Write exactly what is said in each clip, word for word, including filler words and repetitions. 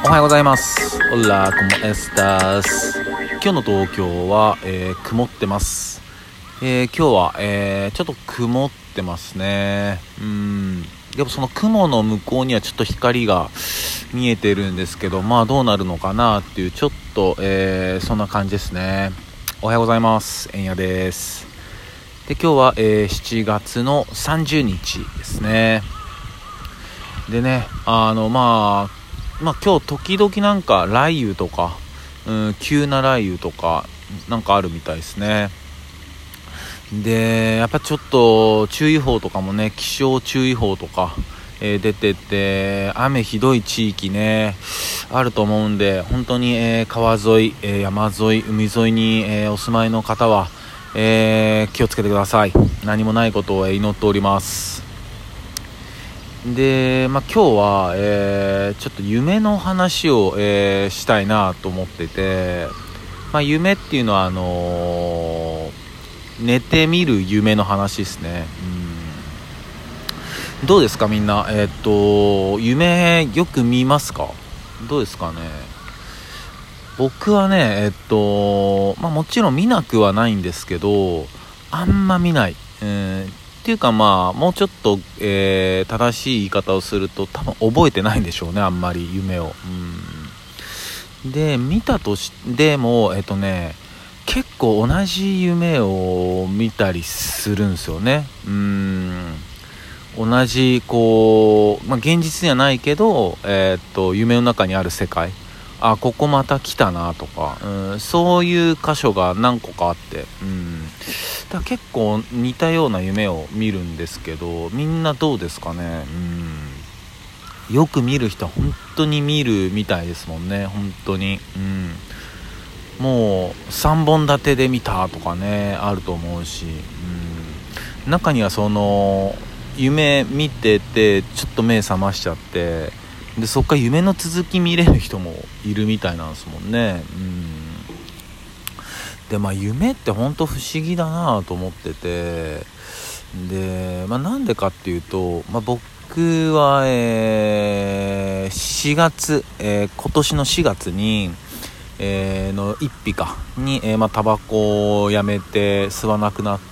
おはようございます。オラコモエスタス。今日の東京は、えー、曇ってます。えー、今日は、えー、ちょっと曇ってますね。うーんでもその雲の向こうにはちょっと光が見えてるんですけど、まあどうなるのかなっていうちょっと、えー、そんな感じですね。おはようございます。えんやです。で今日は、えー、しちがつのさんじゅうにちですね。でねあのまあまあ今日時々なんか雷雨とか、うん、急な雷雨とかなんかあるみたいですね。でやっぱちょっと注意報とかもね、気象注意報とか、えー、出てて雨ひどい地域ねあると思うんで、本当に、えー、川沿い、えー、山沿い、海沿いに、えー、お住まいの方は、えー、気をつけてください。何もないことを祈っております。で、まあ、今日は、えー、ちょっと夢の話を、えー、したいなと思ってて、まあ、夢っていうのはあのー、寝てみる夢の話ですね。うんどうですかみんな、えー、っと夢よく見ますか？どうですかね。僕はねえっと、まあ、もちろん見なくはないんですけど、あんま見ない、えーっていうかまあもうちょっと、えー、正しい言い方をすると多分覚えてないんでしょうね、あんまり夢を。うんで見たとしてもえっとね結構同じ夢を見たりするんですよね。うん同じこう、まあ、現実にはないけど、えー、っと夢の中にある世界、あここまた来たなとか、うん、そういう箇所が何個かあって、うんだから結構似たような夢を見るんですけど、みんなどうですかね。うんよく見る人は本当に見るみたいですもんね。本当に、うんもうさんぼん立てで見たとかねあると思うし、うん、中にはその夢見ててちょっと目覚ましちゃって、でそっから夢の続き見れる人もいるみたいなんですもんね。うんでまあ夢って本当不思議だなと思ってて、で、まあ、なんでかっていうと、まあ、僕は、えー、しがつ、えー、今年のしがつにえー、のいっぴかに、えーまあ、タバコをやめて吸わなくなって、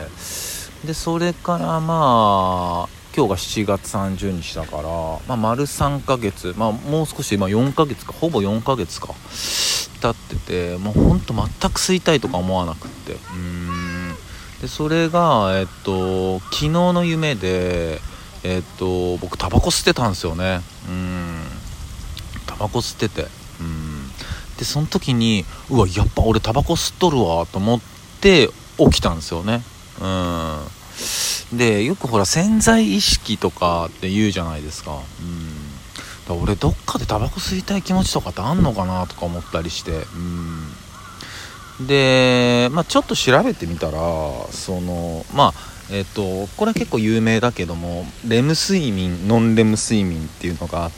でそれからまあ今日がしちがつさんじゅうにちだから、まあ、丸さんかげつ、まあ、もう少し、まあ、よんかげつかほぼよんかげつか経ってて、もうほんと全く吸いたいとか思わなくって、うーんでそれが、えっと、昨日の夢で、えっと、僕タバコ吸ってたんですよね。うんタバコ吸ってて、うんでその時にうわやっぱ俺タバコ吸っとるわと思って起きたんですよね。うんでよくほら潜在意識とかって言うじゃないですか。うんだ俺どっかでタバコ吸いたい気持ちとかってあんのかなとか思ったりして、うんで、まあ、ちょっと調べてみたらそのまあえっとこれは結構有名だけどもレム睡眠ノンレム睡眠っていうのがあって、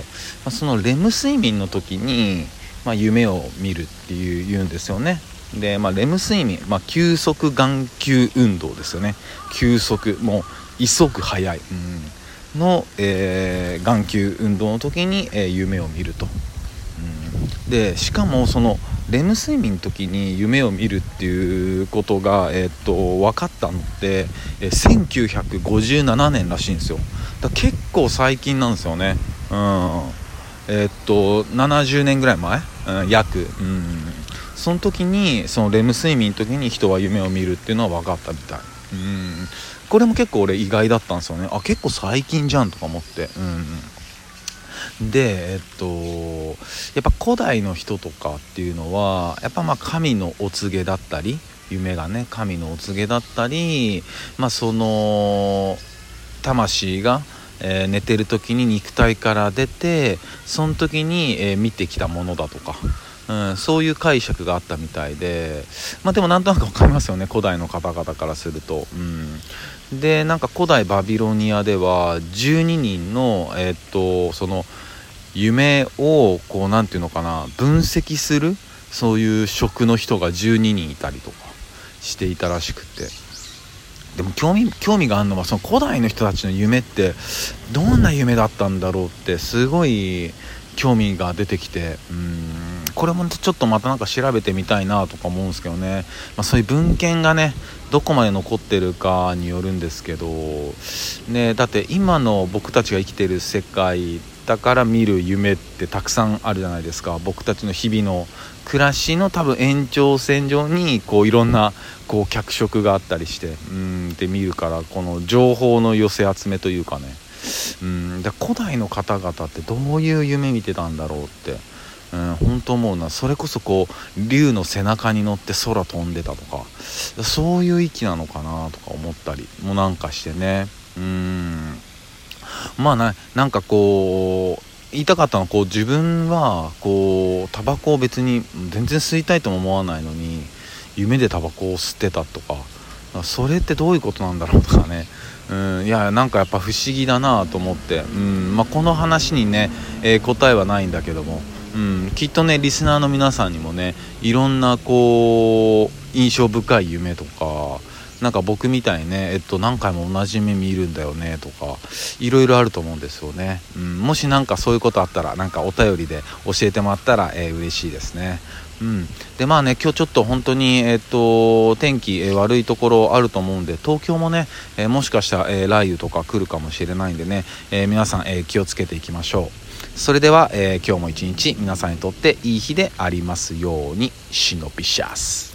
まあ、そのレム睡眠の時にまあ、夢を見るっていう言うんですよね。で、まあ、レム睡眠、まあ、急速眼球運動ですよね。急速もう急ぐ速い、うん、の、えー、眼球運動の時に、えー、夢を見ると、うん、でしかもそのレム睡眠の時に夢を見るっていうことが、えー、っと分かったのって、えー、せんきゅうひゃくごじゅうななねんらしいんですよ。だから結構最近なんですよね。うんえー、っとななじゅうねんぐらい前、うん、約、うん、その時にそのレム睡眠の時に人は夢を見るっていうのは分かったみたい。うんこれも結構俺意外だったんですよね。あ結構最近じゃんとか思って、うん、でえっとやっぱ古代の人とかっていうのはやっぱまあ神のお告げだったり、夢がね神のお告げだったり、まあその魂がえー、寝てる時に肉体から出てその時に、えー、見てきたものだとか、うん、そういう解釈があったみたいで、まあでもなんとなく分かりますよね、古代の方々からすると、うん、でなんか古代バビロニアではじゅうににんのえー、っとその夢をこうなんていうのかな分析するそういう職の人がじゅうににんいたりとかしていたらしくて、でも興味、興味があるのはその古代の人たちの夢ってどんな夢だったんだろうってすごい興味が出てきて、うーんこれもちょっとまたなんか調べてみたいなとか思うんですけどね、まあ、そういう文献がねどこまで残ってるかによるんですけどね。だって今の僕たちが生きてる世界だから見る夢ってたくさんあるじゃないですか。僕たちの日々の暮らしの多分延長線上にこういろんなこう脚色があったりして、うーんって見るから、この情報の寄せ集めというかね、うんだ古代の方々ってどういう夢見てたんだろうって、うん、本当思うな。それこそこう竜の背中に乗って空飛んでたとか、そういう域なのかなとか思ったりもなんかしてね。うーんまあな、なんかこう言いたかったのは、こう自分はこうタバコを別に全然吸いたいとも思わないのに夢でタバコを吸ってたとか、それってどういうことなんだろうとかね。うんいやなんかやっぱ不思議だなと思って、うんまあ、この話にね、えー答えはないんだけども、うん、きっとねリスナーの皆さんにもねいろんなこう印象深い夢とか、なんか僕みたいにね、えっと、何回も同じ夢見るんだよねとかいろいろあると思うんですよね、うん、もしなんかそういうことあったらなんかお便りで教えてもらったら、えー、嬉しいですね。うん、でまあね今日ちょっと本当に、えっと、天気、えー悪いところあると思うんで、東京もね、えーもしかしたら、えー雷雨とか来るかもしれないんでね、えー皆さん、えー気をつけていきましょう。それでは、えー今日も一日皆さんにとっていい日でありますように。シノピシャス。